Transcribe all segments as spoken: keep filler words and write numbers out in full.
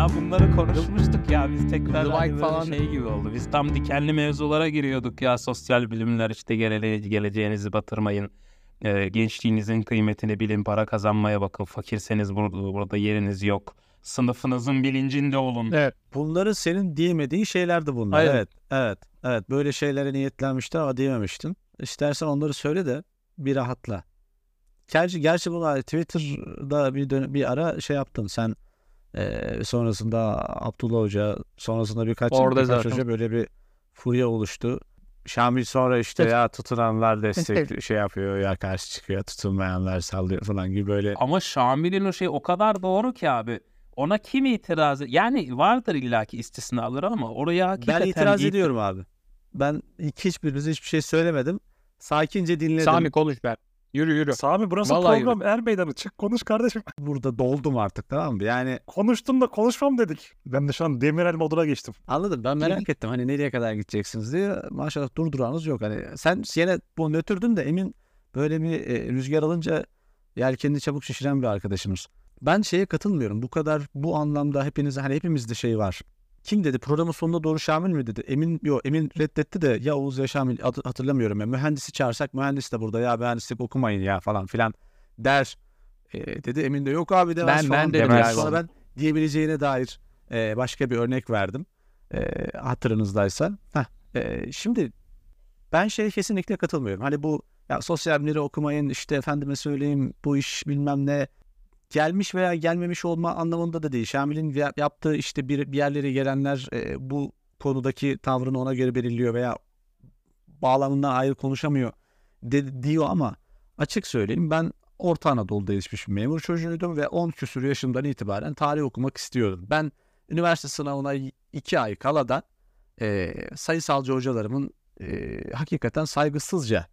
Ya bunları konuşmuştuk ya biz tekrar The hani Bike böyle falan. şey gibi oldu. Biz tam dikenli mevzulara giriyorduk ya, sosyal bilimler işte gele geleceğinizi batırmayın. Ee, gençliğinizin kıymetini bilin, para kazanmaya bakın. Fakirseniz burada, burada yeriniz yok. Sınıfınızın bilincinde olun. Evet. Bunları senin diyemediğin şeylerdi bunlar. Aynen. Evet, evet, evet. Böyle şeylere niyetlenmiştin ama diyememiştin. İstersen onları söyle de bir rahatla. Gerçi, gerçi bunu Twitter'da bir dön- bir ara şey yaptın. Sen eee, sonrasında Abdullah Hoca, sonrasında birkaç, Orada birkaç zaten. hoca böyle bir furya oluştu. Şamil sonra işte Evet. ya tutunanlar destek şey yapıyor ya karşı çıkıyor, tutunmayanlar sallıyor falan gibi böyle. Ama Şamil'in o şey o kadar doğru ki abi. Ona kim itiraz ed- Yani vardır illaki istisnaları ama oraya hakikaten... Ben itiraz it- ediyorum abi. Ben hiçbirinize hiçbir şey söylemedim. Sakince dinledim. Sami konuş ben. Yürü yürü. Sami burası Vallahi program er meydanı. Çık konuş kardeşim. Burada doldum artık, tamam mı? Yani Konuştun da konuşmam dedik. Ben de şu an Demirel moduna geçtim. anladım. Ben merak ettim hani nereye kadar gideceksiniz diye. Maşallah durduranınız yok. Hani sen yine bu nötrdün de Emin böyle bir e, rüzgar alınca yelkenini çabuk şişiren bir arkadaşımız. Ben şeye katılmıyorum. Bu kadar bu anlamda hepiniz hani hepimizde şey var. Kim dedi? Programın sonuna doğru Şamil mi dedi? Emin yok. Emin reddetti de ya Oğuz ya Şamil adı- hatırlamıyorum ya. Mühendisi çağırsak mühendis de burada ya mühendislik okumayın ya falan filan der. E, dedi Emin de yok abi demez Ben- falan. ben dedim demez. yani Sonra onu. ben diyebileceğine dair e, başka bir örnek verdim. E, hatırınızdaysa. Heh, e, şimdi ben şeye kesinlikle katılmıyorum. Hani bu ya sosyal bilimleri okumayın işte efendime söyleyeyim bu iş bilmem ne gelmiş veya gelmemiş olma anlamında da değil. Şamil'in ya- yaptığı işte bir, bir yerlere gelenler e, bu konudaki tavrını ona göre belirliyor veya bağlamından ayrı konuşamıyor de, diyor ama açık söyleyeyim ben Orta Anadolu'da yetişmiş bir memur çocuğuydum ve on küsur yaşımdan itibaren tarih okumak istiyordum. Ben üniversite sınavına y- iki ay kala da e, sayısalcı hocalarımın e, hakikaten saygısızca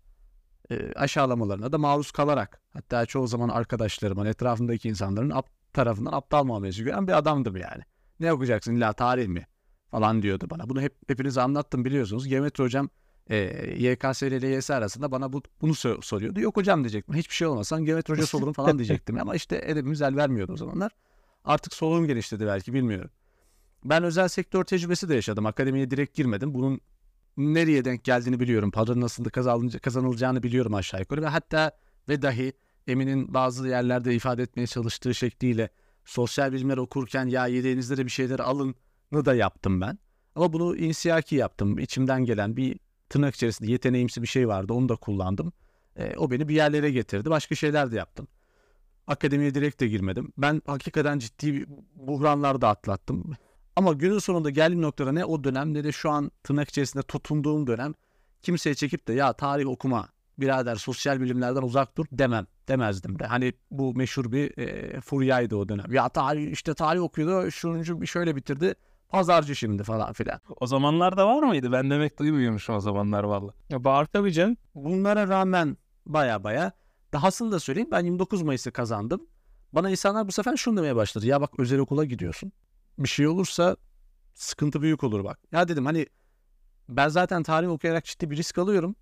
e, aşağılamalarına da maruz kalarak hatta çoğu zaman arkadaşlarımın etrafımdaki insanların ap, tarafından aptal muamelesi gören bir adamdım yani. Ne okuyacaksın illa tarih mi falan diyordu bana. Bunu hep hepinize anlattım biliyorsunuz. Geometri hocam e, Y K S ile L Y S arasında bana bu, bunu sor- soruyordu. Yok hocam diyecektim. Hiçbir şey olmasan geometri hocası olurum falan diyecektim. Ama işte edebimiz el vermiyordu o zamanlar. Artık soluğum genişledi belki bilmiyorum. Ben özel sektör tecrübesi de yaşadım. Akademiye direkt girmedim. Bunun nereye denk geldiğini biliyorum. Paranın nasıl kazanılca- kazanılacağını biliyorum aşağı yukarı. Ve hatta ve dahi Emin'in bazı yerlerde ifade etmeye çalıştığı şekliyle sosyal bilimler okurken ya yedeğinizde de bir şeyler alını da yaptım ben. Ama bunu insiyaki yaptım. İçimden gelen bir tırnak içerisinde yeteneğimsi bir şey vardı. Onu da kullandım. E, o beni bir yerlere getirdi. Başka şeyler de yaptım. Akademiye direkt de girmedim. Ben hakikaten ciddi bir buhranlar da atlattım. Ama günün sonunda geldiğim noktada ne o dönem ne de şu an tırnak içerisinde tutunduğum dönem kimseye çekip de ya tarih okuma birader sosyal bilimlerden uzak dur demem. Demezdim de. Hani bu meşhur bir e, furyaydı o dönem. Ya tarih işte tarih okuyordu şununcu şöyle bitirdi. Pazarcı şimdi falan filan. O zamanlarda var mıydı? Ben demek duymuyormuşum o zamanlar vallahi. Ya bağır tabii canım. Bunlara rağmen baya baya dahasını da söyleyeyim ben yirmi dokuz Mayıs'ı kazandım. Bana insanlar bu sefer şunu demeye başladı. Ya bak özel okula gidiyorsun. Bir şey olursa sıkıntı büyük olur bak. Ya dedim hani ben zaten tarih okuyarak ciddi bir risk alıyorum.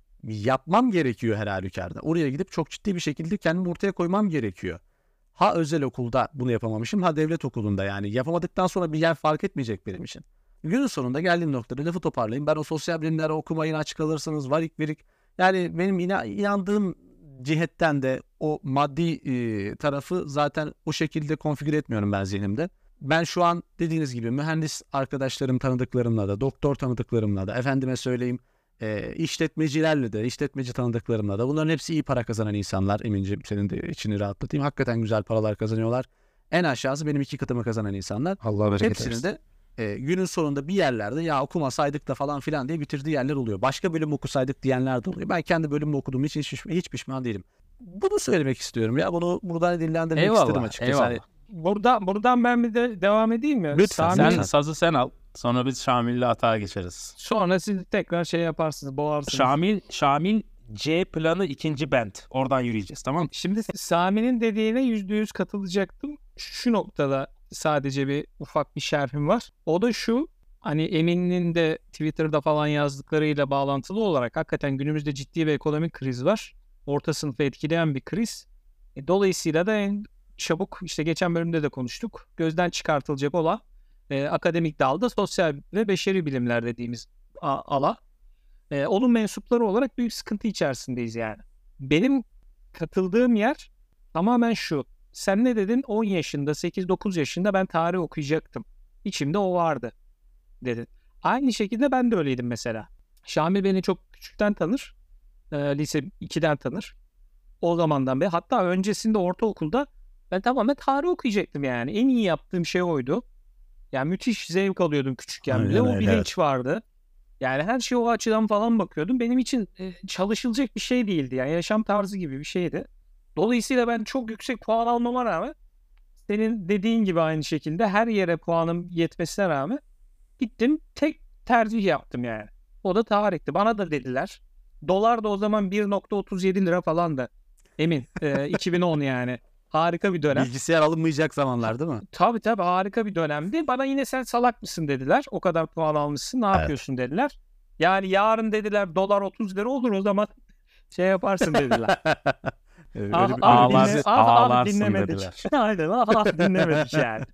Yapmam gerekiyor her halükarda. Oraya gidip çok ciddi bir şekilde kendimi ortaya koymam gerekiyor. Ha özel okulda bunu yapamamışım ha devlet okulunda yani. Yapamadıktan sonra bir yer fark etmeyecek benim için. Günün sonunda geldiğim noktada lafı toparlayayım. Ben o sosyal bilimleri okumayın aç kalırsınız varik verik. Yani benim ina- inandığım cihetten de o maddi e, tarafı zaten o şekilde konfigüre etmiyorum ben zihnimde. Ben şu an dediğiniz gibi mühendis arkadaşlarım tanıdıklarımla da, doktor tanıdıklarımla da, efendime söyleyeyim e, işletmecilerle de, işletmeci tanıdıklarımla da bunların hepsi iyi para kazanan insanlar. Eminciğim senin de içini rahatlatayım. Hakikaten güzel paralar kazanıyorlar. En aşağısı benim iki katımı kazanan insanlar. Allah bereket Hepsinin versin. de e, günün sonunda bir yerlerde ya okumasaydık da falan filan diye bitirdiği yerler oluyor. Başka bölüm okusaydık diyenler de oluyor. Ben kendi bölümümü okuduğum için hiç, hiç pişman değilim. Bunu söylemek istiyorum ya. Bunu buradan dillendirmek Eyvallah, istedim açıkçası. eyvallah. Hani Buradan, buradan ben bir de devam edeyim mi? Lütfen, Sami, Sen lütfen. sazı sen al. Sonra biz Şamil'le atağa geçeriz. Sonra siz tekrar şey yaparsınız, boğarsınız. Şamil, Şamil C planı ikinci band. Oradan yürüyeceğiz tamam mı? Şimdi Sami'nin dediğine yüzde yüz katılacaktım. Şu noktada sadece bir ufak bir şerhim var. O da şu, hani Emin'in de Twitter'da falan yazdıklarıyla bağlantılı olarak hakikaten günümüzde ciddi bir ekonomik kriz var. Orta sınıfı etkileyen bir kriz. E, dolayısıyla da en çabuk işte geçen bölümde de konuştuk. Gözden çıkartılacak olan e, akademik dalda sosyal ve beşeri bilimler dediğimiz a- ala. E, onun mensupları olarak büyük sıkıntı içerisindeyiz yani. Benim katıldığım yer tamamen şu. Sen ne dedin? on yaşında, sekiz dokuz yaşında ben tarih okuyacaktım. İçimde o vardı dedin. Aynı şekilde ben de öyleydim mesela. Şamil beni çok küçükten tanır. E, lise ikiden tanır. O zamandan beri. Hatta öncesinde ortaokulda ben tamamen tarih okuyacaktım yani. En iyi yaptığım şey oydu. Yani müthiş zevk alıyordum küçükken Aynen bile. O öyle, bilinç evet. vardı. Yani her şey o açıdan falan bakıyordum. Benim için e, çalışılacak bir şey değildi. Yani yaşam tarzı gibi bir şeydi. Dolayısıyla ben çok yüksek puan almama rağmen senin dediğin gibi aynı şekilde her yere puanım yetmesine rağmen gittim tek tercih yaptım yani. O da tarihti. Bana da dediler. Dolar da o zaman bir nokta otuz yedi lira falandı. Emin. E, iki bin on yani. Harika bir dönem. Bilgisayar alınmayacak zamanlar değil mi? Tabii tabii harika bir dönemdi. Bana yine sen salak mısın dediler. O kadar puan almışsın ne Evet. yapıyorsun dediler. Yani yarın dediler dolar otuz lira olur o zaman şey yaparsın dediler. Öyle ah, bir- ah, Ağlar- dinle, ah, ah, ağlarsın dinlemedik. dediler. Aynen ah, ah, dinlemedik yani.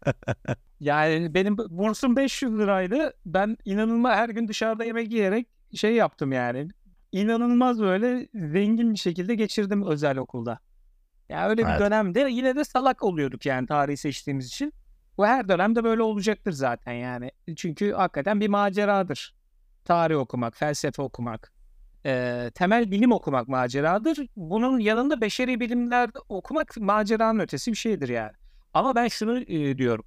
Yani benim bursum beş yüz liraydı. Ben inanılmaz her gün dışarıda yemek yiyerek şey yaptım yani. İnanılmaz böyle zengin bir şekilde geçirdim özel okulda. Ya öyle bir Evet. dönemde yine de salak oluyorduk yani tarihi seçtiğimiz için. Bu her dönemde böyle olacaktır zaten yani. Çünkü hakikaten bir maceradır. Tarih okumak, felsefe okumak, eee, temel bilim okumak maceradır. Bunun yanında beşeri bilimler okumak maceranın ötesi bir şeydir yani. Ama ben şunu eee, diyorum.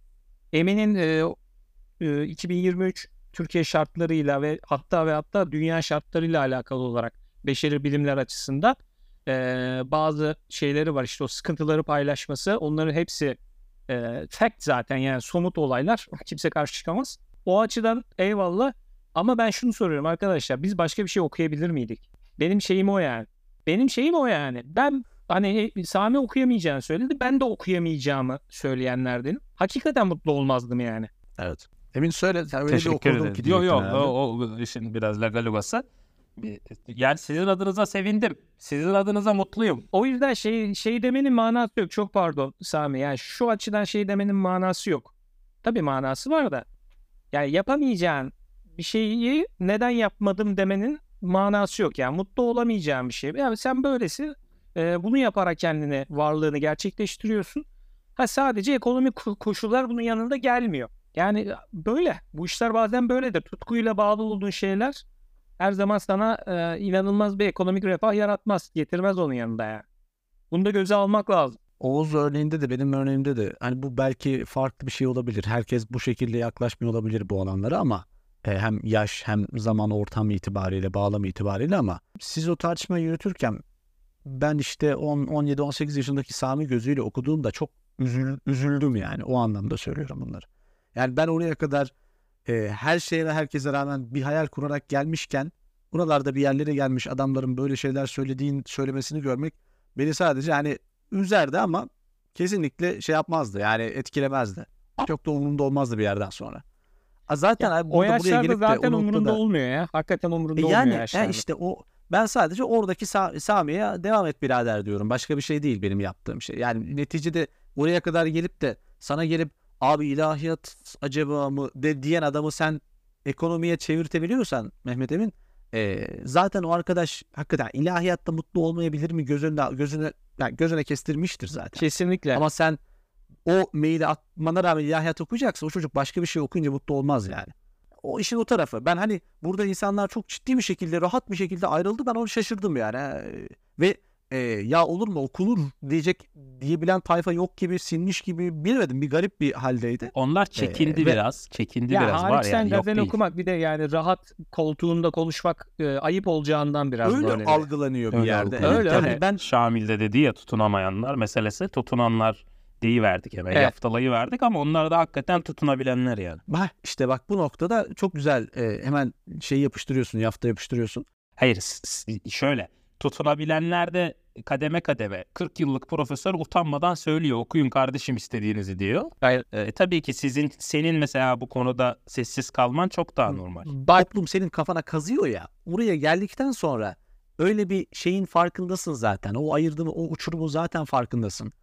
Emin'in eee, eee, iki bin yirmi üç Türkiye şartlarıyla ve hatta ve hatta dünya şartlarıyla alakalı olarak beşeri bilimler açısından eee, bazı şeyleri var. İşte o sıkıntıları paylaşması. Onların hepsi eee, fact zaten yani somut olaylar. Kimse karşı çıkamaz. O açıdan eyvallah. Ama ben şunu soruyorum arkadaşlar. Biz başka bir şey okuyabilir miydik? Benim şeyim o yani. Benim şeyim o yani. Ben hani e, Sami okuyamayacağını söyledi. Ben de okuyamayacağımı söyleyenlerdenim. Hakikaten mutlu olmazdım yani. Evet. Emin söyle. Sen öyle bir Teşekkür okurdun ederim. ki Yok diyecektin yok herhalde. o, o işin biraz legalugası. Bir- Yani sizin adınıza sevindim. Sizin adınıza mutluyum. O yüzden şey şey demenin manası yok. Çok pardon Sami. Yani şu açıdan şey demenin manası yok. Tabii manası var da. Yani yapamayacağın bir şeyi neden yapmadım demenin manası yok. Yani mutlu olamayacağın bir şey. Yani sen böylesi e, bunu yaparak kendine varlığını gerçekleştiriyorsun. Ha sadece ekonomik ko- koşullar bunun yanında gelmiyor. Yani böyle. Bu işler bazen böyle de tutkuyla bağlı olduğun şeyler her zaman sana e, inanılmaz bir ekonomik refah yaratmaz. Getirmez onun yanında yani. Bunu da göze almak lazım. Oğuz örneğinde de benim örneğimde de hani bu belki farklı bir şey olabilir. Herkes bu şekilde yaklaşmıyor olabilir bu alanlara ama e, hem yaş hem zaman ortam itibariyle bağlam itibariyle ama siz o tartışmayı yürütürken ben işte on, on yedi on sekiz yaşındaki Sami gözüyle okuduğumda çok üzül, üzüldüm yani o anlamda söylüyorum bunları. Yani ben oraya kadar e, her şeye ve herkese rağmen bir hayal kurarak gelmişken buralarda bir yerlere gelmiş adamların böyle şeyler söylediğin söylemesini görmek beni sadece hani üzerdi ama kesinlikle şey yapmazdı yani etkilemezdi. Çok da umurumda olmazdı bir yerden sonra. A zaten Ya, abi o burada buraya yaşlarda gelip de zaten o umurunda noktada olmuyor ya. Hakikaten umurunda e olmuyor yani yaşlarda. e işte o ben sadece oradaki Sa- Sami'ye devam et birader diyorum. Başka bir şey değil benim yaptığım şey. Yani neticede oraya kadar gelip de sana gelip abi ilahiyat acaba mı de diyen adamı sen ekonomiye çevirtebiliyorsan Mehmet Emin e, zaten o arkadaş hakikaten ilahiyatta mutlu olmayabilir mi gözüne gözüne yani gözüne kestirmiştir zaten. Kesinlikle. Ama sen o maili atmana rağmen ilahiyat okuyacaksa o çocuk başka bir şey okuyunca mutlu olmaz yani. O işin o tarafı. Ben hani burada insanlar çok ciddi bir şekilde rahat bir şekilde ayrıldı. Ben onu şaşırdım yani. Ee, Ve e, ya olur mu okunur diyecek diyebilen tayfa yok gibi sinmiş gibi bilmedim bir garip bir haldeydi. Onlar çekindi Ee, ve- biraz. Çekindi Ya biraz var hariç sen yani. Yok gazeteni değil. okumak bir de yani rahat koltuğunda konuşmak e, ayıp olacağından biraz Öyle böyle. algılanıyor bir Öyle yerde. algılanıyor. Öyle, Yani öyle. ben Şamil de dedi ya tutunamayanlar meselesi. Tutunanlar deyiverdik hemen. Evet. Yaftalayı verdik ama onlar da hakikaten tutunabilenler yani. Heh, işte bak bu noktada çok güzel e, hemen şeyi yapıştırıyorsun, yafta yapıştırıyorsun. Hayır s- s- şöyle tutunabilenler de kademe kademe kırk yıllık profesör utanmadan söylüyor okuyun kardeşim istediğinizi diyor. Hayır. E, tabii ki sizin senin mesela bu konuda sessiz kalman çok daha normal. Bak Toplum senin kafana kazıyor ya. Oraya geldikten sonra öyle bir şeyin farkındasın zaten. O ayırdığın o uçurumu zaten farkındasın.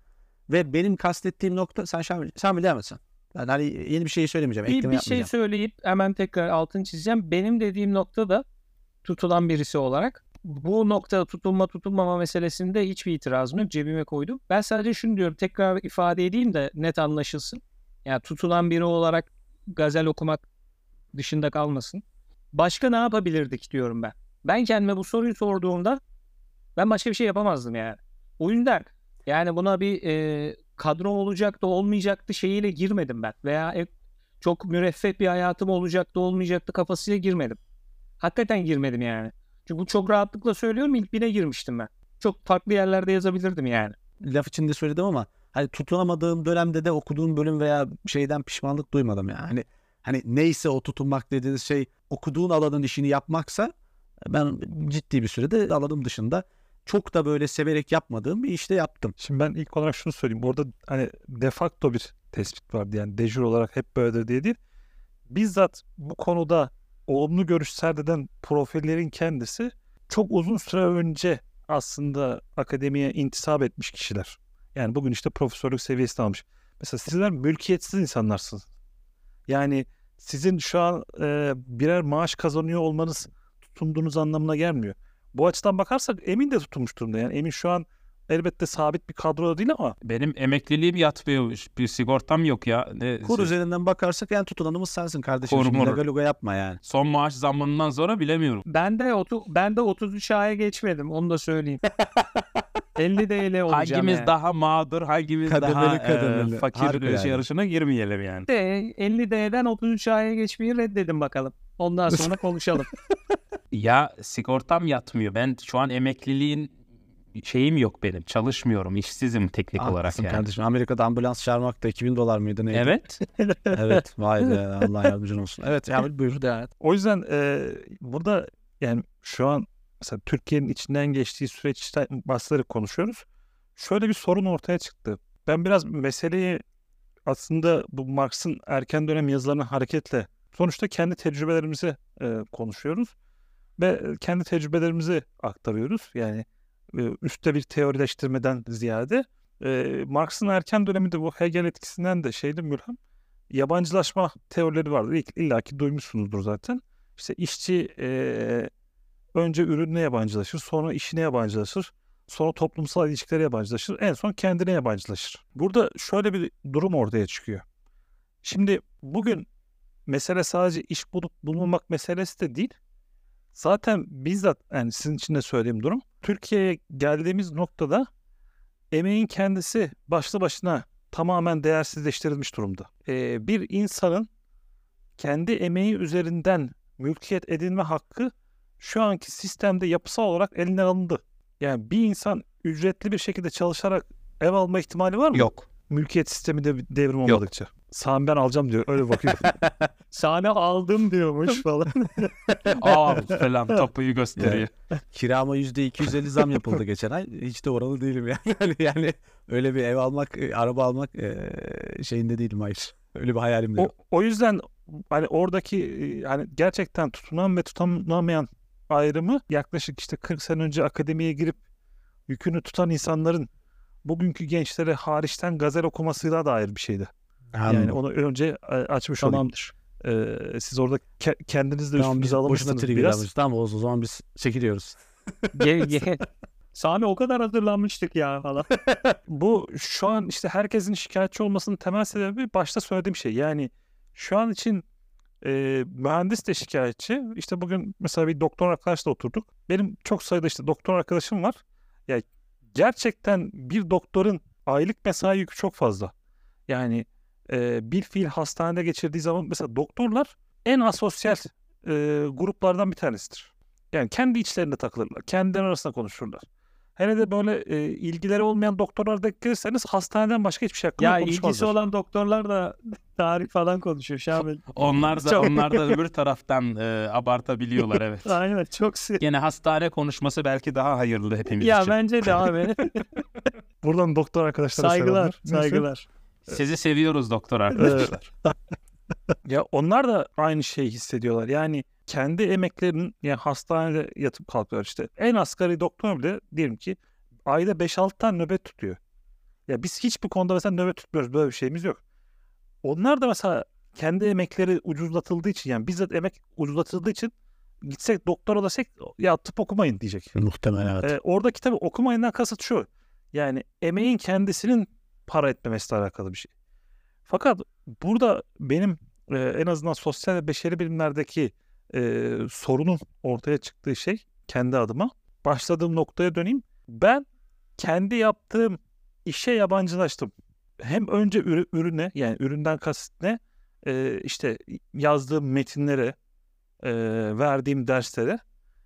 Ve benim kastettiğim nokta sen Şamil, Şamil devam et sen. Yani hani yeni bir şey söylemeyeceğim. Bir, ekleme bir şey yapmayacağım. söyleyip hemen tekrar altını çizeceğim. Benim dediğim nokta da tutulan birisi olarak bu noktada tutulma tutulmama meselesinde hiçbir itirazım yok. Cebime koydum. Ben sadece şunu diyorum, tekrar ifade edeyim de net anlaşılsın. Yani tutulan biri olarak gazel okumak dışında kalmasın. Başka ne yapabilirdik diyorum ben. Ben kendime bu soruyu sorduğumda ben başka bir şey yapamazdım yani. O yüzden yani buna bir e, kadro olacaktı olmayacaktı şeyiyle girmedim ben. Veya e, çok müreffeh bir hayatım olacaktı olmayacaktı kafasıyla girmedim. Hakikaten girmedim yani. Çünkü bu çok rahatlıkla söylüyorum, ilk bine girmiştim ben. Çok farklı yerlerde yazabilirdim yani. Laf içinde söyledim ama hani tutunamadığım dönemde de okuduğum bölüm veya şeyden pişmanlık duymadım yani. Hani, hani neyse o tutunmak dediğiniz şey okuduğun alanın işini yapmaksa ben ciddi bir sürede alanım dışında çok da böyle severek yapmadığım bir işte yaptım. Şimdi ben ilk olarak şunu söyleyeyim. Orada hani de facto bir tespit vardı. Yani de jure olarak hep böyledir diye değil. Bizzat bu konuda olumlu görüş serdeden profillerin kendisi çok uzun süre önce aslında akademiye intisap etmiş kişiler. Yani bugün işte profesörlük seviyesini almış. Mesela sizler mülkiyetsiz insanlarsınız. Yani sizin şu an e, birer maaş kazanıyor olmanız tutunduğunuz anlamına gelmiyor. Bu açıdan bakarsak Emin de tutulmuş durumda. Yani Emin şu an elbette sabit bir kadroda değil ama Benim emekliliğim yatmıyor. Bir sigortam yok ya. Ne, Kur üzerinden bakarsak en tutulanımız sensin kardeşim. Kur Şimdi mur. laga luga yapma yani. son maaş zammından sonra bilemiyorum. Ben de otu, ben de otuz üç aya geçmedim, onu da söyleyeyim. elli D L olacağım Hangimiz yani. daha mağdur, hangimiz Kademeli daha kademeli. e, fakir Harika e, yani. yarışına girmeyelim yani. De elli D'den otuz üç aya geçmeyi reddedin bakalım. Ondan sonra konuşalım. Ya sigortam yatmıyor. Ben şu an emekliliğin şeyim yok benim. Çalışmıyorum. İşsizim teknik olarak Haklısın yani. kardeşim. Amerika'da ambulans çağırmak da iki bin dolar mıydı neydi? Evet. Evet. Vay be, Allah yardımcın olsun. Evet Şamil buyur devam et. o yüzden e, burada yani şu an mesela Türkiye'nin içinden geçtiği süreçten bahsederek konuşuyoruz. Şöyle bir sorun ortaya çıktı. Ben biraz meseleyi aslında bu Marx'ın erken dönem yazılarına hareketle sonuçta kendi tecrübelerimizi e, konuşuyoruz ve kendi tecrübelerimizi aktarıyoruz. Yani e, üstte bir teorileştirmeden ziyade e, Marx'ın erken döneminde bu Hegel etkisinden de şeydi mülhem yabancılaşma teorileri vardır. İlk, İlla ki duymuşsunuzdur zaten. İşte işçi e, önce ürününe yabancılaşır, sonra işine yabancılaşır, sonra toplumsal ilişkilere yabancılaşır, en son kendine yabancılaşır. Burada şöyle bir durum ortaya çıkıyor. Şimdi bugün mesele sadece iş bulup bulmamak meselesi de değil. Zaten bizzat yani sizin için de söylediğim durum Türkiye'ye geldiğimiz noktada emeğin kendisi başlı başına tamamen değersizleştirilmiş durumda. Ee, bir insanın kendi emeği üzerinden mülkiyet edinme hakkı şu anki sistemde yapısal olarak elinden alındı. Yani bir insan ücretli bir şekilde çalışarak ev alma ihtimali var mı? Yok. Mülkiyet sisteminde bir devrim olmadıkça. Sami ben alacağım diyor. Öyle bakıyor. Sahne aldım diyormuş falan. Aa falan tapuyu gösteriyor. Kirama yüzde iki yüz elli zam yapıldı geçen ay. Hiç de oralı değilim yani. Yani, yani öyle bir ev almak, e, araba almak e, şeyinde değilim, hayır. Öyle bir hayalim de o, yok. o yüzden hani oradaki e, hani gerçekten tutunan ve tutunamayan ayrımı yaklaşık işte kırk sene önce akademiye girip yükünü tutan insanların bugünkü gençlere hariçten gazel okumasıyla da ayrı bir şeydi. Yani Anladım. onu önce e, açmış olayım. Tamamdır. Ee, siz orada ke- kendiniz de Tamam, üstünüze biz boşuna alınmışsınız trigger biraz. almış. Tamam o zaman biz çekiliyoruz. Ge- ge- Sami o kadar hazırlanmıştık ya falan. Bu şu an işte herkesin şikayetçi olmasının temel sebebi başta söylediğim şey. Yani şu an için e, mühendis de şikayetçi. İşte bugün mesela bir doktor arkadaşla oturduk. Benim çok sayıda işte doktor arkadaşım var. Ya gerçekten bir doktorun aylık mesai yükü çok fazla. Yani e, bir fiil hastanede geçirdiği zaman mesela doktorlar en asosyal e, gruplardan bir tanesidir. Yani kendi içlerinde takılırlar. Kendileri arasında konuşurlar. Hele de böyle e, ilgileri olmayan doktorlara denk gelirseniz hastaneden başka hiçbir şey hakkında Ya konuşmazlar. ilgisi olan doktorlar da tarih falan konuşuyor Şamil. Onlar da Çok- onlar da öbür taraftan e, abartabiliyorlar evet. Aynen çok si- Gene hastane konuşması belki daha hayırlı hepimiz Ya için. bence de abi. Buradan doktor arkadaşlara Saygılar, selamlar. Neyse. saygılar. Sizi seviyoruz doktor arkadaşlar. Ya onlar da aynı şeyi hissediyorlar. Yani kendi emeklerinin yani hastanede yatıp kalkıyorlar işte. En asgari doktor bile diyelim ki ayda beş altı tane nöbet tutuyor. Ya biz hiçbir konuda mesela nöbet tutmuyoruz. Böyle bir şeyimiz yok. Onlar da mesela kendi emekleri ucuzlatıldığı için, yani bizzat emek ucuzlatıldığı için gitsek doktora desek ya tıp okumayın diyecek. Muhtemelen evet. Ee, oradaki tabii okumayından kasıt şu. Yani emeğin kendisinin para etmemesiyle alakalı bir şey. Fakat burada benim e, en azından sosyal ve beşeri bilimlerdeki e, sorunun ortaya çıktığı şey, kendi adıma başladığım noktaya döneyim. Ben kendi yaptığım işe yabancılaştım. Hem önce ürü- ürüne, yani üründen kasıt ne? E, işte yazdığım metinlere, e, verdiğim derslere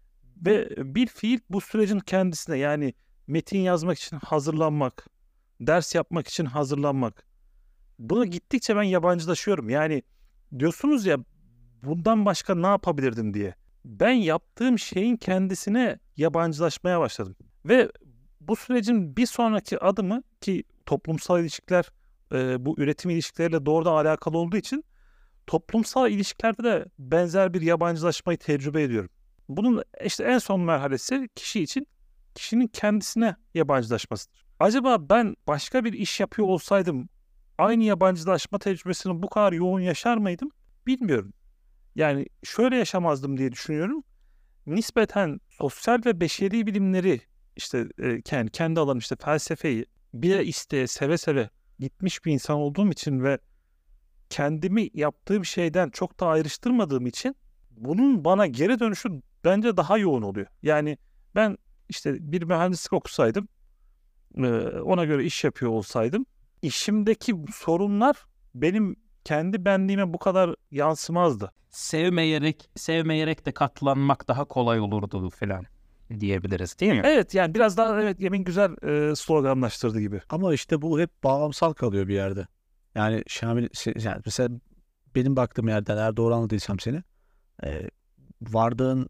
ve bir fiil bu sürecin kendisine, yani metin yazmak için hazırlanmak, ders yapmak için hazırlanmak. Buna gittikçe ben yabancılaşıyorum. Yani diyorsunuz ya, bundan başka ne yapabilirdim diye. Ben yaptığım şeyin kendisine yabancılaşmaya başladım. Ve bu sürecin bir sonraki adımı, ki toplumsal ilişkiler e, bu üretim ilişkileriyle doğrudan alakalı olduğu için toplumsal ilişkilerde de benzer bir yabancılaşmayı tecrübe ediyorum. Bunun işte en son merhalesi kişi için kişinin kendisine yabancılaşmasıdır. Acaba ben başka bir iş yapıyor olsaydım aynı yabancılaşma tecrübesini bu kadar yoğun yaşar mıydım? Bilmiyorum. Yani şöyle yaşamazdım diye düşünüyorum. Nispeten sosyal ve beşeri bilimleri, işte e, kendi, kendi alanım işte felsefeyi bile isteye seve seve gitmiş bir insan olduğum için ve kendimi yaptığım şeyden çok da ayrıştırmadığım için bunun bana geri dönüşü bence daha yoğun oluyor. Yani ben işte bir mühendislik okusaydım, e, ona göre iş yapıyor olsaydım, işimdeki sorunlar benim kendi benliğime bu kadar yansımazdı. Sevmeyerek, sevmeyerek de katlanmak daha kolay olurdu falan diyebiliriz değil mi? Evet, yani biraz daha evet yemin güzel e, sloganlaştırdı gibi. Ama işte bu hep bağlamsal kalıyor bir yerde. Yani Şamil, şey- yani mesela benim baktığım yerden, eğer doğru anladıysam seni, e, vardığın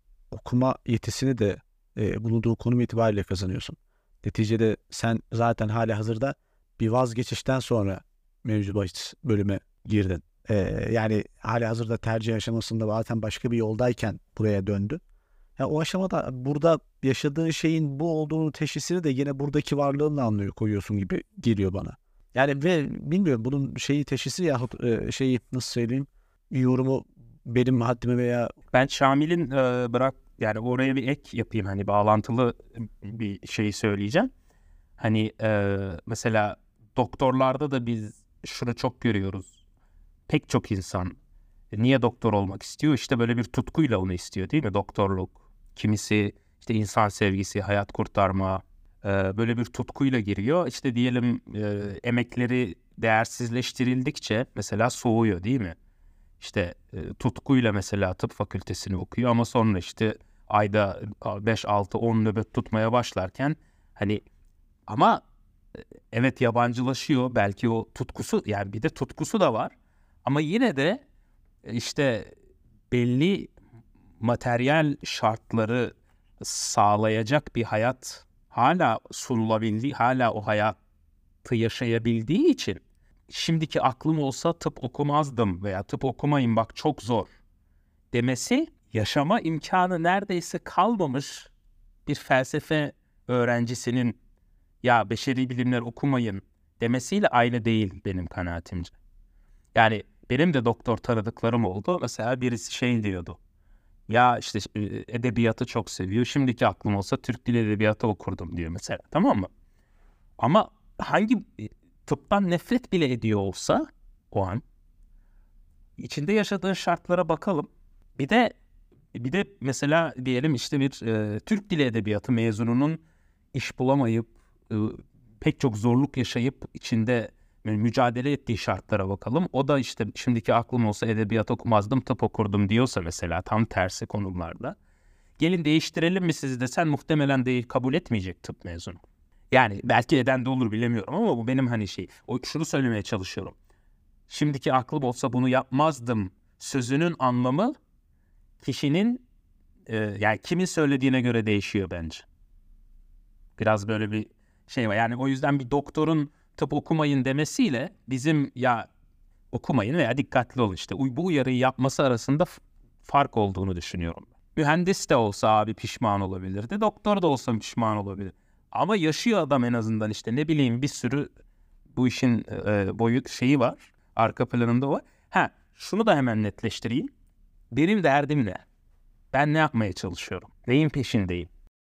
okuma yetisini de e, bulunduğu konum itibariyle kazanıyorsun. Neticede sen zaten hali hazırda bir vazgeçişten sonra mevcut bahis bölüme girdin. E, yani hali hazırda tercih aşamasında zaten başka bir yoldayken buraya döndü. Ya o aşamada burada yaşadığın şeyin bu olduğunu teşhisini de yine buradaki varlığınla anlıyor, koyuyorsun gibi geliyor bana. Yani ve bilmiyorum bunun şeyi teşhisi yahut e, şeyi nasıl söyleyeyim, yorumu benim haddime veya Ben Şamil'in e, bırak yani oraya bir ek yapayım, hani bağlantılı bir şey söyleyeceğim. Hani e, mesela doktorlarda da biz şunu çok görüyoruz. Pek çok insan niye doktor olmak istiyor? İşte böyle bir tutkuyla onu istiyor değil mi? Doktorluk. Kimisi işte insan sevgisi, hayat kurtarma, e, böyle bir tutkuyla giriyor. İşte diyelim e, emekleri değersizleştirildikçe mesela soğuyor değil mi? İşte e, tutkuyla mesela tıp fakültesini okuyor ama sonra işte ayda beş altı on nöbet tutmaya başlarken hani ama e, evet yabancılaşıyor belki o tutkusu, yani bir de tutkusu da var ama yine de e, işte belli materyal şartları sağlayacak bir hayat hala sunulabildiği, hala o hayatı yaşayabildiği için şimdiki aklım olsa tıp okumazdım veya tıp okumayın bak çok zor demesi, yaşama imkanı neredeyse kalmamış bir felsefe öğrencisinin ya beşeri bilimler okumayın demesiyle aynı değil benim kanaatimce. Yani benim de doktor tanıdıklarım oldu. Mesela birisi şey diyordu. Ya işte e, edebiyatı çok seviyor. Şimdiki aklım olsa Türk Dili Edebiyatı okurdum diyor mesela. Tamam mı? Ama hangi e, tıptan nefret bile ediyor olsa o an içinde yaşadığı şartlara bakalım. Bir de bir de mesela diyelim işte bir e, Türk Dili Edebiyatı mezununun iş bulamayıp e, pek çok zorluk yaşayıp içinde mücadele ettiği şartlara bakalım. O da işte şimdiki aklım olsa edebiyat okumazdım, tıp okurdum diyorsa mesela tam tersi konumlarda. Gelin değiştirelim mi sizi desen muhtemelen değil, kabul etmeyecek tıp mezunu. Yani belki eden de olur bilemiyorum ama bu benim hani şey. O şunu söylemeye çalışıyorum. Şimdiki aklım olsa bunu yapmazdım sözünün anlamı kişinin e, yani kimin söylediğine göre değişiyor bence. Biraz böyle bir şey var. Yani o yüzden bir doktorun tıp okumayın demesiyle bizim ya okumayın veya dikkatli olun işte bu uyarıyı yapması arasında f- fark olduğunu düşünüyorum. Mühendis de olsa abi pişman olabilirdi. Doktor da olsa pişman olabilir. Ama yaşıyor adam en azından işte ne bileyim bir sürü bu işin e, boyut şeyi var. Arka planında var. Ha şunu da hemen netleştireyim. Benim derdim ne? Ben ne yapmaya çalışıyorum? Neyin peşindeyim?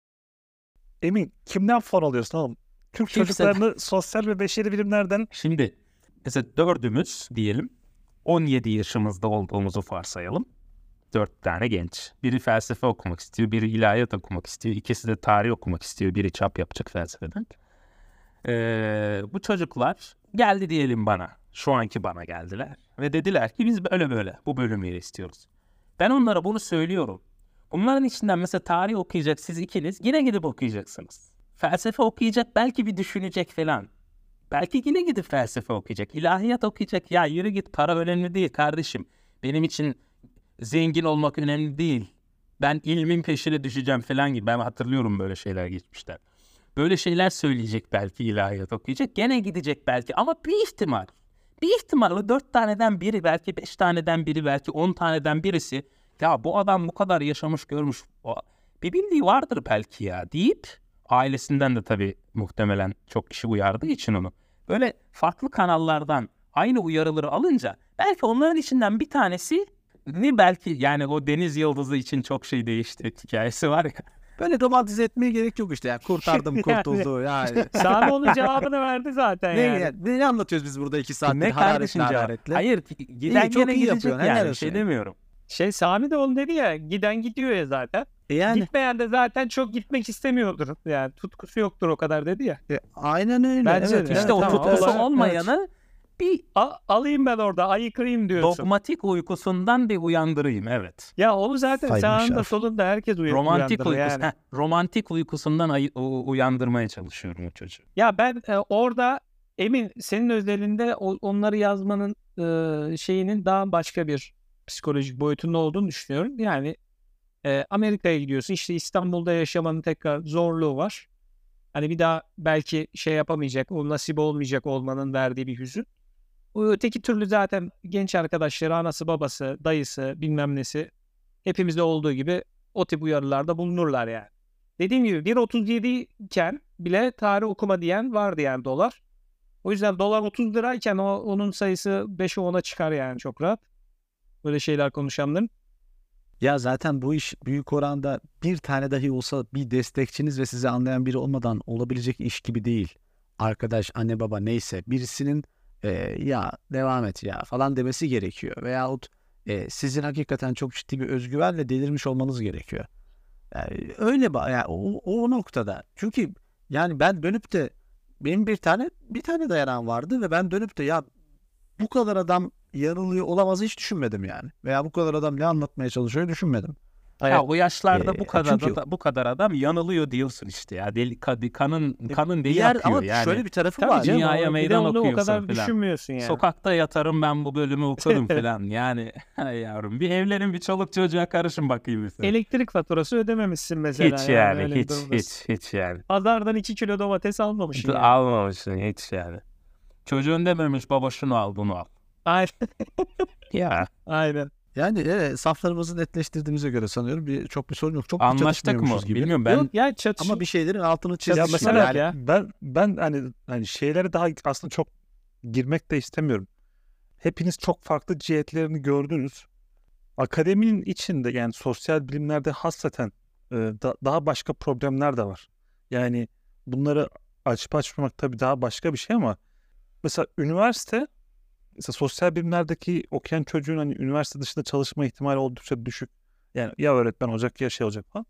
Emin kimden fon alıyorsun oğlum? Türk Kimse- çocuklarını sosyal ve beşeri bilimlerden Şimdi mesela dördümüz diyelim on yedi yaşımızda olduğumuzu varsayalım. Dört tane genç. Biri felsefe okumak istiyor, biri ilahiyat okumak istiyor. İkisi de tarih okumak istiyor. Biri çap yapacak felsefeden. Ee, bu çocuklar geldi diyelim bana. Şu anki bana geldiler. Ve dediler ki biz böyle böyle bu bölümleri istiyoruz. Ben onlara bunu söylüyorum. Bunların içinden mesela tarih okuyacak siz ikiniz yine gidip okuyacaksınız. Felsefe okuyacak belki bir düşünecek falan. Belki yine gidip felsefe okuyacak. İlahiyat okuyacak. Ya yürü git para önemli değil kardeşim. Benim için zengin olmak önemli değil. Ben ilmin peşine düşeceğim falan gibi. Ben hatırlıyorum böyle şeyler geçmişten. Böyle şeyler söyleyecek belki ilahiyat okuyacak. Gene gidecek belki ama bir ihtimal. Bir ihtimalle dört taneden biri belki beş taneden biri belki on taneden birisi ya bu adam bu kadar yaşamış görmüş o- bir bildiği vardır belki ya deyip ailesinden de tabii muhtemelen çok kişi uyardığı için onu. Böyle farklı kanallardan aynı uyarıları alınca belki onların içinden bir tanesi ni belki yani o Deniz Yıldızı için çok şey değişti hikayesi var ya. Böyle romantize etmeye gerek yok işte. Yani kurtardım kurtuldu yani. Sami onun cevabını verdi zaten ne, yani. yani. ne anlatıyoruz biz burada iki saattir Ne kardeşim hararetle cevap? hararetle. Hayır giden İyi, çok gene iyi gidecek yapıyorsun, yani helal bir şey olsun. demiyorum. Şey Sami de onu dedi ya, giden gidiyor ya zaten. E yani Gitmeyen de zaten çok gitmek istemiyordur. Yani tutkusu yoktur o kadar dedi ya. e, aynen öyle. Bence evet, de. evet, İşte o tamam, tutkusu olay- olmayanı bir A- alayım ben orada, ayıklayayım diyorsun. dogmatik uykusundan bir uyandırayım evet. Ya onu zaten Sayın sağında Şerif. solunda herkes uy- Romantik uyandırır uykusu, yani. heh, romantik uykusundan ay- u- uyandırmaya çalışıyorum o çocuğu. Ya ben e, orada emin senin özelinde o- onları yazmanın e, şeyinin daha başka bir psikolojik boyutunda olduğunu düşünüyorum. Yani e, Amerika'ya gidiyorsun, işte İstanbul'da yaşamanın tekrar zorluğu var. Hani bir daha belki şey yapamayacak, o nasip olmayacak olmanın verdiği bir hüzün. O öteki türlü zaten genç arkadaşları, anası, babası, dayısı, bilmem nesi hepimizde olduğu gibi o tip uyarılarda bulunurlar yani. Dediğim gibi bir otuz yedi iken bile tarih okuma diyen vardı yani dolar. O yüzden dolar otuz lirayken o, onun sayısı beşe ona çıkar yani çok rahat. Böyle şeyler konuşanların. Ya zaten bu iş büyük oranda bir tane dahi olsa bir destekçiniz ve sizi anlayan biri olmadan olabilecek iş gibi değil. Arkadaş, anne baba neyse birisinin e, ya devam et ya falan demesi gerekiyor. Veyahut e, sizin hakikaten çok ciddi bir özgüvenle delirmiş olmanız gerekiyor. Yani öyle ba- yani o, o noktada. Çünkü yani ben dönüp de benim bir tane bir tane dayanan vardı ve ben dönüp de ya bu kadar adam yanılıyor olamaz hiç düşünmedim yani. Veya bu kadar adam ne anlatmaya çalışıyor düşünmedim. Ya o yaşlarda Ee, bu kadar çünkü- da, bu kadar adam yanılıyor diyorsun işte ya. Deli, ka- kanın kanın deli Bir yer akıyor ama yani. şöyle bir tarafı Tabii var. canım, Dünyaya o- bir de meydan onu o okuyorsun kadar filan. düşünmüyorsun yani. Sokakta yatarım ben bu bölümü okurum falan. Yani hay yavrum bir evlerin bir çoluk çocuğa karışın bakayım mesela. Elektrik faturası ödememişsin mesela. Hiç yani öyle bir hiç durumdasın. hiç hiç yani. Pazardan iki kilo domates almamışsın yani. Almamışsın hiç yani. Çocuğun dememiş baba şunu al bunu al. Aynen. Ya Aynen. Yani evet, saflarımızı netleştirdiğimize göre sanıyorum bir çok bir sorun yok. Çok bir anlaştık mı? çatışmıyormuşuz gibi. Bilmiyorum ben. Yok ya çatış. Ama bir şeylerin altını çizdik. ya Çatışma mesela yok ya. ben ben hani hani şeylere daha aslında çok girmek de istemiyorum. Hepiniz çok farklı cihetlerini gördünüz. Akademinin içinde yani sosyal bilimlerde hasreten e, da- daha başka problemler de var. Yani bunları açıp açmamak tabii daha başka bir şey ama mesela üniversite mesela sosyal bilimlerdeki okuyan çocuğun hani üniversite dışında çalışma ihtimali oldukça düşük. Yani ya öğretmen olacak ya şey olacak falan.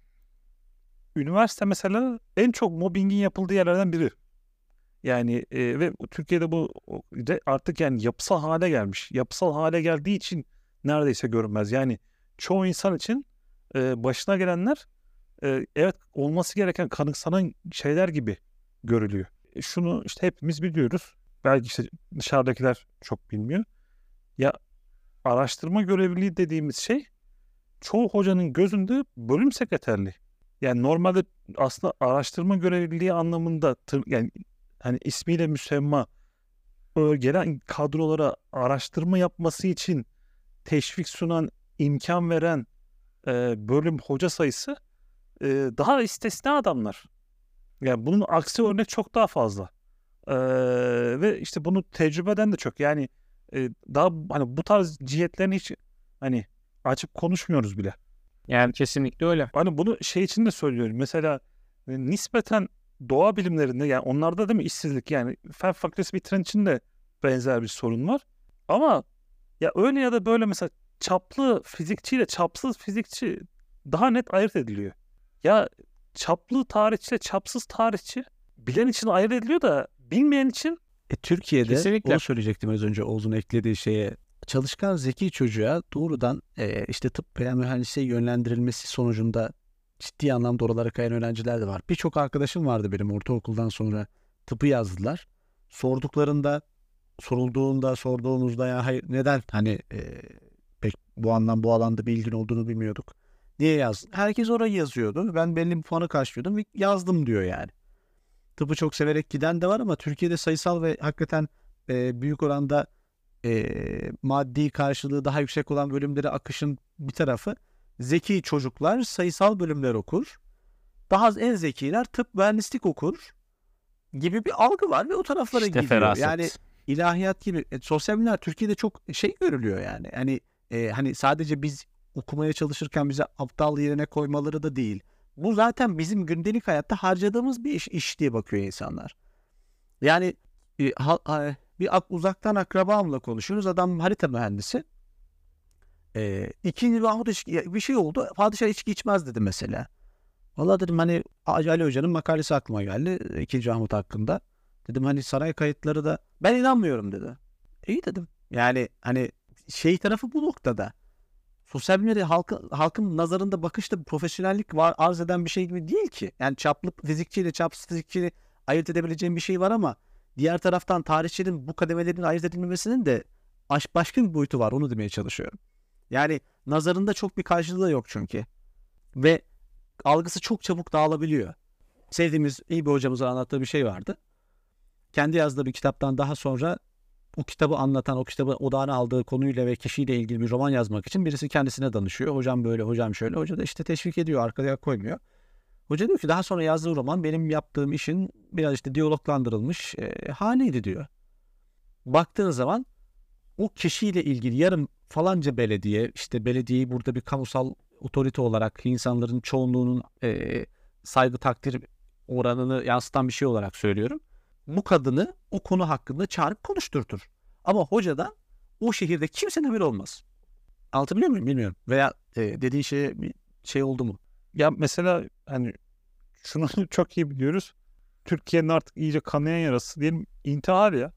Üniversite mesela en çok mobbingin yapıldığı yerlerden biri. Yani e, ve Türkiye'de bu o- de artık yani yapısal hale gelmiş. Yapısal hale geldiği için neredeyse görünmez. Yani çoğu insan için e, başına gelenler e, evet olması gereken kanıksanan şeyler gibi görülüyor. E, şunu işte hepimiz biliyoruz. Belki işte dışarıdakiler çok bilmiyor. Ya araştırma görevliliği dediğimiz şey çoğu hocanın gözünde bölüm sekreterliği. Yani normalde aslında araştırma görevliliği anlamında tır- yani hani ismiyle müsemma ö, gelen kadrolara araştırma yapması için teşvik sunan, imkan veren e, bölüm hoca sayısı e, daha istisna adamlar. Yani bunun aksi örnek çok daha fazla. Ee, ve işte bunu tecrübeden de çok. Yani e, daha hani bu tarz cihetlerini hiç hani açıp konuşmuyoruz bile. Yani kesinlikle öyle. Hani bunu şey için de söylüyorum. Mesela e, nispeten doğa bilimlerinde yani onlarda değil mi işsizlik yani fen fakültesi bitiren için de benzer bir sorun var. Ama ya öyle ya da böyle mesela çaplı fizikçiyle çapsız fizikçi daha net ayırt ediliyor. Ya çaplı tarihçiyle çapsız tarihçi bilen için ayırt ediliyor da bilmeyen için E, Türkiye'de Kesinlikle. onu söyleyecektim az önce Oğuz'un eklediği şeye. Çalışkan zeki çocuğa doğrudan e, işte tıp veya mühendisliğe yönlendirilmesi sonucunda ciddi anlamda oralara kayan öğrenciler de var. Birçok arkadaşım vardı benim ortaokuldan sonra tıpı yazdılar. Sorduklarında, sorulduğunda, sorduğumuzda ya hayır neden hani e, pek bu anlam bu alanda bir ilgin olduğunu bilmiyorduk. Niye yazdın? Herkes orayı yazıyordu. Ben belli bir puanı karşılıyordum ve yazdım diyor yani. Tıpı çok severek giden de var ama Türkiye'de sayısal ve hakikaten e, büyük oranda e, maddi karşılığı daha yüksek olan bölümlere akışın bir tarafı zeki çocuklar sayısal bölümler okur. Daha az en zekiler tıp mühendislik okur gibi bir algı var ve o taraflara İşte gidiyor. feraset. Yani ilahiyat gibi e, sosyal bilimler Türkiye'de çok şey görülüyor yani. Hani e, hani sadece biz okumaya çalışırken bize aptal yerine koymaları da değil. Bu zaten bizim gündelik hayatta harcadığımız bir iş, iş diye bakıyor insanlar. Yani e, ha- ha- bir ak- uzaktan akrabamla konuşuyoruz. Adam harita mühendisi. E, ikinci Mahmut içki, bir şey oldu. Padişah içki içmez dedi mesela. Valla dedim hani Ali Hoca'nın makalesi aklıma geldi. ikinci Mahmut hakkında. Dedim hani saray kayıtları da ben inanmıyorum dedi. İyi dedim. Yani hani şey tarafı bu noktada. Sosyal bilimleri halkın, halkın nazarında bakışta bir profesyonellik var, arz eden bir şey gibi değil ki. Yani çaplı fizikçiyle çapsız fizikçiyle ayırt edebileceğim bir şey var ama diğer taraftan tarihçinin bu kademelerin ayırt edilmemesinin de aş- başka bir boyutu var. Onu demeye çalışıyorum. Yani nazarında çok bir karşılığı yok çünkü. Ve algısı çok çabuk dağılabiliyor. Sevdiğimiz iyi bir hocamızın anlattığı bir şey vardı. Kendi yazdığı bir kitaptan daha sonra o kitabı anlatan, o kitabı odağına aldığı konuyla ve kişiyle ilgili bir roman yazmak için birisi kendisine danışıyor. Hocam böyle, hocam şöyle. Hoca da işte teşvik ediyor, arkaya koymuyor. Hoca diyor ki daha sonra yazdığı roman benim yaptığım işin biraz işte diyaloglandırılmış e, haliydi diyor. Baktığın zaman o kişiyle ilgili yarım falanca belediye, işte belediyeyi burada bir kamusal otorite olarak insanların çoğunluğunun e, saygı takdir oranını yansıtan bir şey olarak söylüyorum. Bu kadını o konu hakkında çağırıp konuşturtur. Ama hocadan o şehirde kimsenin haberi olmaz. Anlatabiliyor muyum bilmiyorum. Veya e, dediğin şeye bir şey oldu mu? ya mesela hani şunu çok iyi biliyoruz. Türkiye'nin artık iyice kanayan yarası diyelim intihar ya.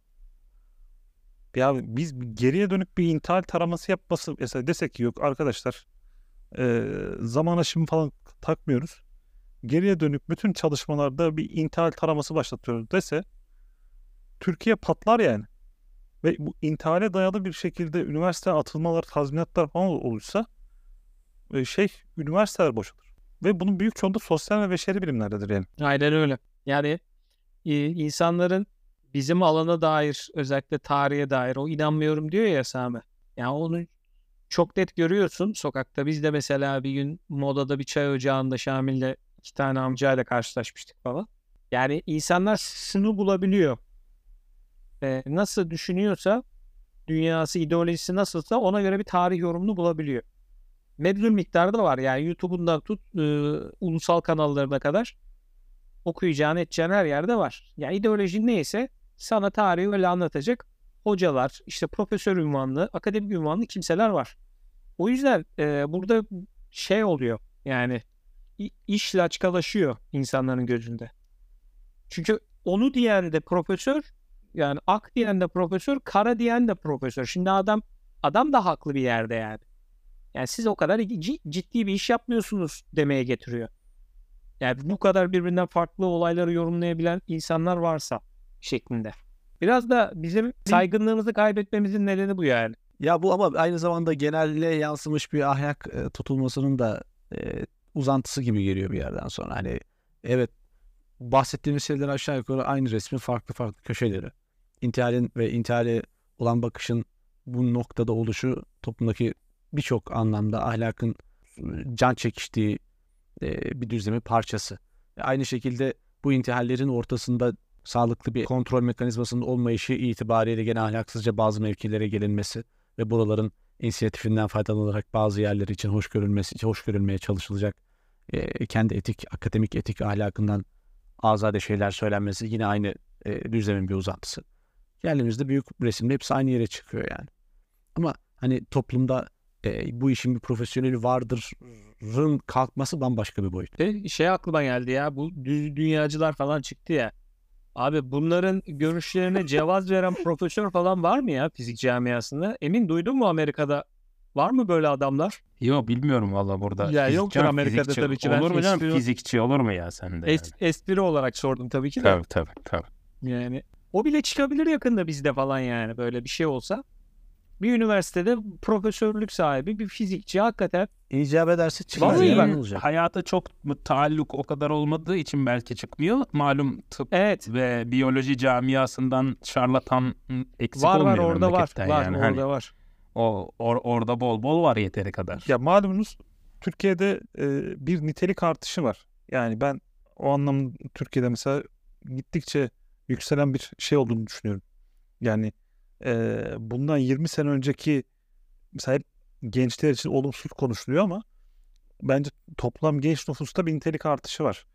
Ya biz geriye dönük bir intihal taraması yapması mesela desek ki yok arkadaşlar e, zaman aşımı falan takmıyoruz. Geriye dönük bütün çalışmalarda bir intihal taraması başlatıyoruz dese Türkiye patlar yani. Ve bu intihale dayalı bir şekilde üniversite atılmalar, tazminatlar falan olursa e, şey üniversiteler boşalır. Ve bunun büyük çoğunluğu sosyal ve beşeri bilimlerdedir yani. Aynen öyle. Yani e, insanların bizim alana dair, özellikle tarihe dair o inanmıyorum diyor ya Sami. Yani onu çok net görüyorsun sokakta. Biz de mesela bir gün Moda'da bir çay ocağında Şamil'le iki tane amcayla karşılaşmıştık falan. Yani insanlar şunu bulabiliyor. E, nasıl düşünüyorsa, dünyası, ideolojisi nasılsa ona göre bir tarih yorumunu bulabiliyor. Medlum miktarda var. Yani YouTube'undan tut e, ulusal kanallarına kadar okuyacağın, edeceğin her yerde var. Yani ideolojin neyse sana tarihi öyle anlatacak hocalar, işte profesör ünvanlı, akademik ünvanlı kimseler var. O yüzden e, burada şey oluyor yani i- iş laçkalaşıyor insanların gözünde. Çünkü onu diyen de profesör, yani ak diyen de profesör, kara diyen de profesör. Şimdi adam adam da haklı bir yerde yani. Yani siz o kadar c- ciddi bir iş yapmıyorsunuz demeye getiriyor. Yani bu kadar birbirinden farklı olayları yorumlayabilen insanlar varsa şeklinde. Biraz da bizim saygınlığımızı kaybetmemizin nedeni bu yani. Ya bu ama aynı zamanda genelle yansımış bir ahlak e, tutulmasının da e, uzantısı gibi geliyor bir yerden sonra. Hani evet bahsettiğimiz şeyler aşağı yukarı aynı resmin farklı farklı köşeleri. İntihalin ve intihale olan bakışın bu noktada oluşu toplumdaki birçok anlamda ahlakın e, can çekiştiği e, bir düzlemin parçası. E, aynı şekilde bu intihallerin ortasında sağlıklı bir kontrol mekanizmasının olmayışı itibariyle gene ahlaksızca bazı mevkilere gelinmesi ve buraların inisiyatifinden faydalanarak bazı yerler için hoş görülmesi, hoş görülmeye çalışılacak e, kendi etik, akademik etik ahlakından azade şeyler söylenmesi yine aynı e, düzlemin bir uzantısı. Geldiğimizde büyük resimde hepsi aynı yere çıkıyor yani. Ama hani toplumda e, bu işin bir profesyoneli vardırın kalkması bambaşka bir boyut. E, şey aklıma geldi ya, bu düz dünyacılar falan çıktı ya. Abi bunların görüşlerine cevaz veren profesör falan var mı ya fizik camiasında? Emin, duydun mu Amerika'da? Var mı böyle adamlar? Yok bilmiyorum valla burada. Ya Fizik- yoktur canım, Amerika'da fizikçi- tabii ki. Ben Olur mu canım? espri- Fizikçi olur mu ya sende? Es- espri olarak sordum tabii ki de. Tabii tabii tabii. Yani o bile çıkabilir yakında bizde falan, yani böyle bir şey olsa. Bir üniversitede profesörlük sahibi bir fizikçi hakikaten. İcap ederse çıkar. Vallahi ya, ben- ne olacak? Hayata çok mu- taalluk o kadar olmadığı için belki çıkmıyor. Malum tıp Evet. ve biyoloji camiasından şarlatan eksik Var var olmuyor orada var. memleketten Var yani. orada Hani var. o or- orada bol bol var yeteri kadar. Ya malumunuz Türkiye'de e, bir nitelik artışı var. Yani ben o anlamda Türkiye'de mesela gittikçe yükselen bir şey olduğunu düşünüyorum. Yani e, bundan yirmi sene önceki mesela hep gençler için olumsuz konuşuluyor ama bence toplam genç nüfusta bir nitelik artışı var.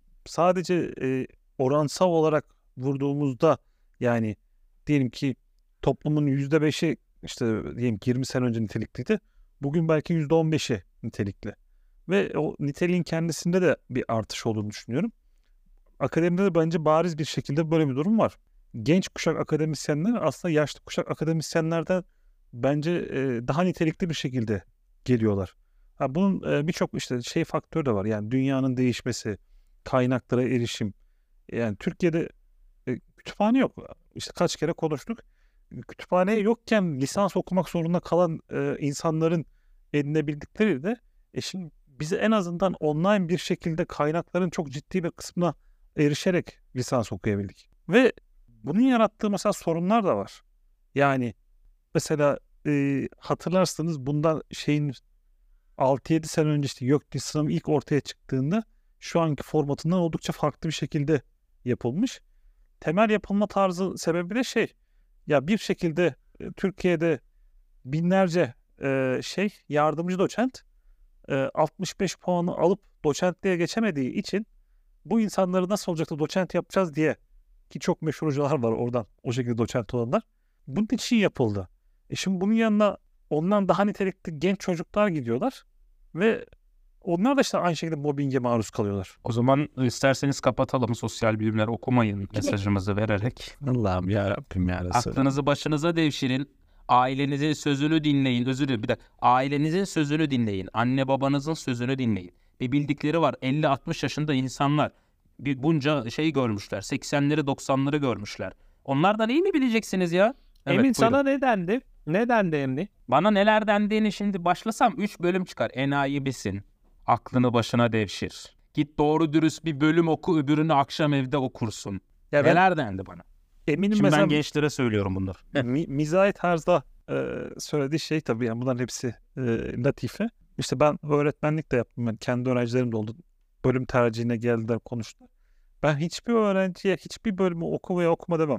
Sadece e, oransal olarak vurduğumuzda yani diyelim ki toplumun yüzde beşi işte diyelim ki yirmi sene önce nitelikliydi. Bugün belki yüzde on beşi nitelikli. Ve o niteliğin kendisinde de bir artış olduğunu düşünüyorum. Akademide de bence bariz bir şekilde böyle bir durum var. Genç kuşak akademisyenler aslında yaşlı kuşak akademisyenlerden bence e, daha nitelikli bir şekilde geliyorlar. Ha, bunun e, birçok işte şey faktörü de var. Yani dünyanın değişmesi, kaynaklara erişim. Yani Türkiye'de e, kütüphane yok. İşte kaç kere konuştuk. Kütüphane yokken lisans okumak zorunda kalan e, insanların edinebildikleri de e şimdi bize en azından online bir şekilde kaynakların çok ciddi bir kısmına erişerek lisans okuyabildik. Ve bunun yarattığı mesela sorunlar da var. Yani mesela e, hatırlarsanız bundan şeyin altı yedi sene önce işte YÖKDİL sınavı ilk ortaya çıktığında şu anki formatından oldukça farklı bir şekilde yapılmış. Temel yapılma tarzı sebebi de şey, ya bir şekilde e, Türkiye'de binlerce e, şey yardımcı doçent e, altmış beş puanı alıp doçentliğe geçemediği için bu insanları nasıl olacak da doçent yapacağız diye, ki çok meşhur hocalar var oradan o şekilde doçent olanlar. Bunun için yapıldı. E şimdi bunun yanına ondan daha nitelikli genç çocuklar gidiyorlar ve onlar da işte aynı şekilde mobbinge maruz kalıyorlar. O zaman isterseniz kapatalım, sosyal bilimler okumayın mesajımızı vererek. Allah'ım ya Rabbim ya Resulallah. Aklınızı başınıza devşirin. Ailenizin sözünü dinleyin. Özür dilerim. Bir de ailenizin sözünü dinleyin. Anne babanızın sözünü dinleyin. Bir bildikleri var. elli altmış yaşında insanlar bir bunca şey görmüşler. seksenleri doksanları görmüşler. Onlardan iyi mi bileceksiniz ya? Evet, Emin, buyurun. sana ne dendi? Ne dendi Emin? Bana neler dendiğini şimdi başlasam üç bölüm çıkar. Enayi misin? Aklını başına devşir. Git doğru dürüst bir bölüm oku, öbürünü akşam evde okursun. Ya ben Neler dendi bana? eminim Şimdi mesela ben gençlere söylüyorum bunları. mi, mizahi tarzda e, söylediği şey tabii yani bunların hepsi e, latife. İşte ben öğretmenlik de yaptım. Ben kendi öğrencilerim de oldu. Bölüm tercihine geldiler, konuştular. Ben hiçbir öğrenciye hiçbir bölümü oku veya okuma demem.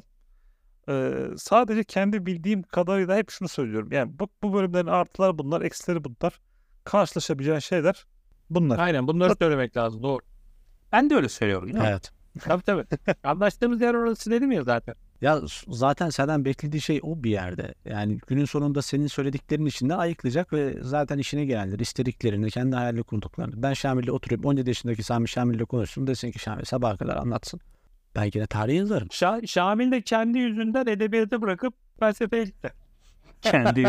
E, sadece kendi bildiğim kadarıyla hep şunu söylüyorum. Yani bu, bu bölümlerin artıları bunlar, eksileri bunlar. Karşılaşabileceğin şeyler bunlar. Aynen, bunları söylemek lazım, doğru. Ben de öyle söylüyorum. Ya. Evet. Tabii tabii. Anlaştığımız yer orası dedim ya zaten. Ya s- zaten senden beklediği şey o bir yerde. Yani günün sonunda senin söylediklerin içinde ayıklayacak ve zaten işine gelenleri, istediklerini, kendi hayalini kurduklarını. Ben Şamil'le oturup on yedi yaşındaki Sami Şamil'le konuşsun, desin ki Şamil sabaha kadar anlatsın. Ben yine tarih yazarım. Şa Şamil de kendi yüzünden edebiyatı bırakıp felsefeye gitti. Kendi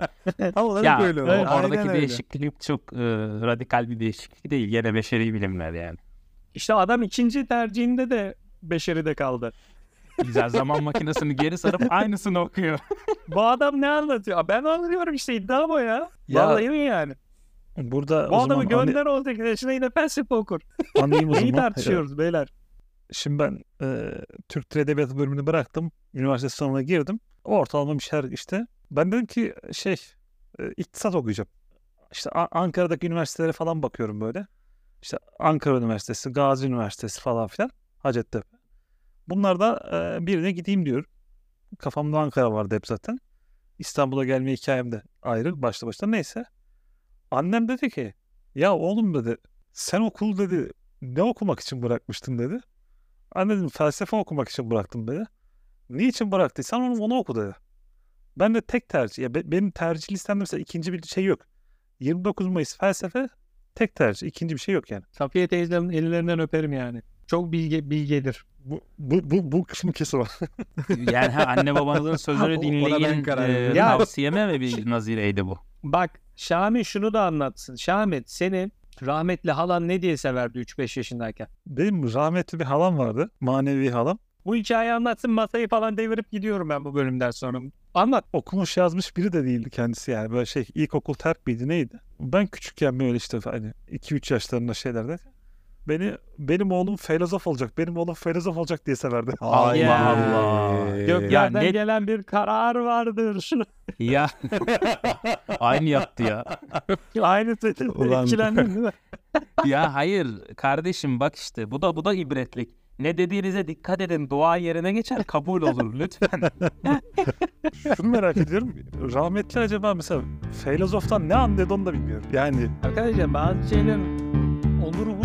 Tam olarak ya öyle o- oldu. Aynen oradaki öyle. değişiklik çok e, radikal bir değişiklik değil. Gene beşeri bilimler yani. İşte adam ikinci tercihinde de beşeride kaldı. Güzel, zaman makinesini geri sarıp aynısını okuyor. Bu adam ne anlatıyor? Ben anlıyorum işte, iddia bu ya. Ya- Vallahi mi yani? Burada Bu o adamı zaman gönder on sekiz yaşına yine felsefe okur. anı- anlayayım o Neyi zaman. tartışıyoruz beyler? Şimdi ben e, Türk Dil Edebiyatı bölümünü bıraktım. Üniversite sınavına girdim. Ortalama bir şeyler işte. Ben dedim ki şey e, iktisat okuyacağım. İşte A- Ankara'daki üniversitelere falan bakıyorum böyle. İşte Ankara Üniversitesi, Gazi Üniversitesi falan filan. Hacettepe. Bunlardan e, birine gideyim diyorum. Kafamda Ankara vardı hep zaten. İstanbul'a gelme hikayem de ayrı başlı başına. Neyse. Annem dedi ki ya oğlum dedi sen okul dedi ne okumak için bırakmıştın dedi. Anne dedim felsefe okumak için bıraktım dedi. Niçin bıraktıysan onu, onu oku dedi. Ben de tek tercih. Ya be, benim tercih listemde mesela ikinci bir şey yok. yirmi dokuz Mayıs felsefe tek tercih. İkinci bir şey yok yani. Safiye teyzemin ellerinden öperim yani. Çok bilge bilgedir. Bu bu bu, bu kısmı kesin var. Yani ha, anne babanızın sözünü Ona ben dinleyin karar e, veriyorum. Ya- tavsiyeme mi bir nazireydi bu? Bak Şamil şunu da anlatsın. Şamil seni rahmetli halan ne diye severdi üç beş yaşındayken? Benim rahmetli bir halam vardı. Manevi halam. Bu hikayeyi anlatsın, masayı falan devirip gidiyorum ben bu bölümden sonra. Anlat. Okumuş yazmış biri de değildi kendisi yani. Böyle şey ilkokul terk miydi neydi? Ben küçükken böyle işte hani iki üç yaşlarında şeylerde beni benim oğlum filozof olacak. Benim oğlum filozof olacak diye severdi. Allah Ya. Allah. Göklerden ne- gelen bir karar vardır. Ya aynı yaptı ya. Aynı sesin Ulan. etkilendin değil mi? Ya hayır kardeşim bak işte bu da bu da ibretlik. Ne dediğinize dikkat edin. Dua yerine geçer kabul olur lütfen. Şunu merak ediyorum. Rahmetli acaba mesela filozoftan ne anladı onu da bilmiyorum. Yani Arkadaşlar bazı şeylerin onuru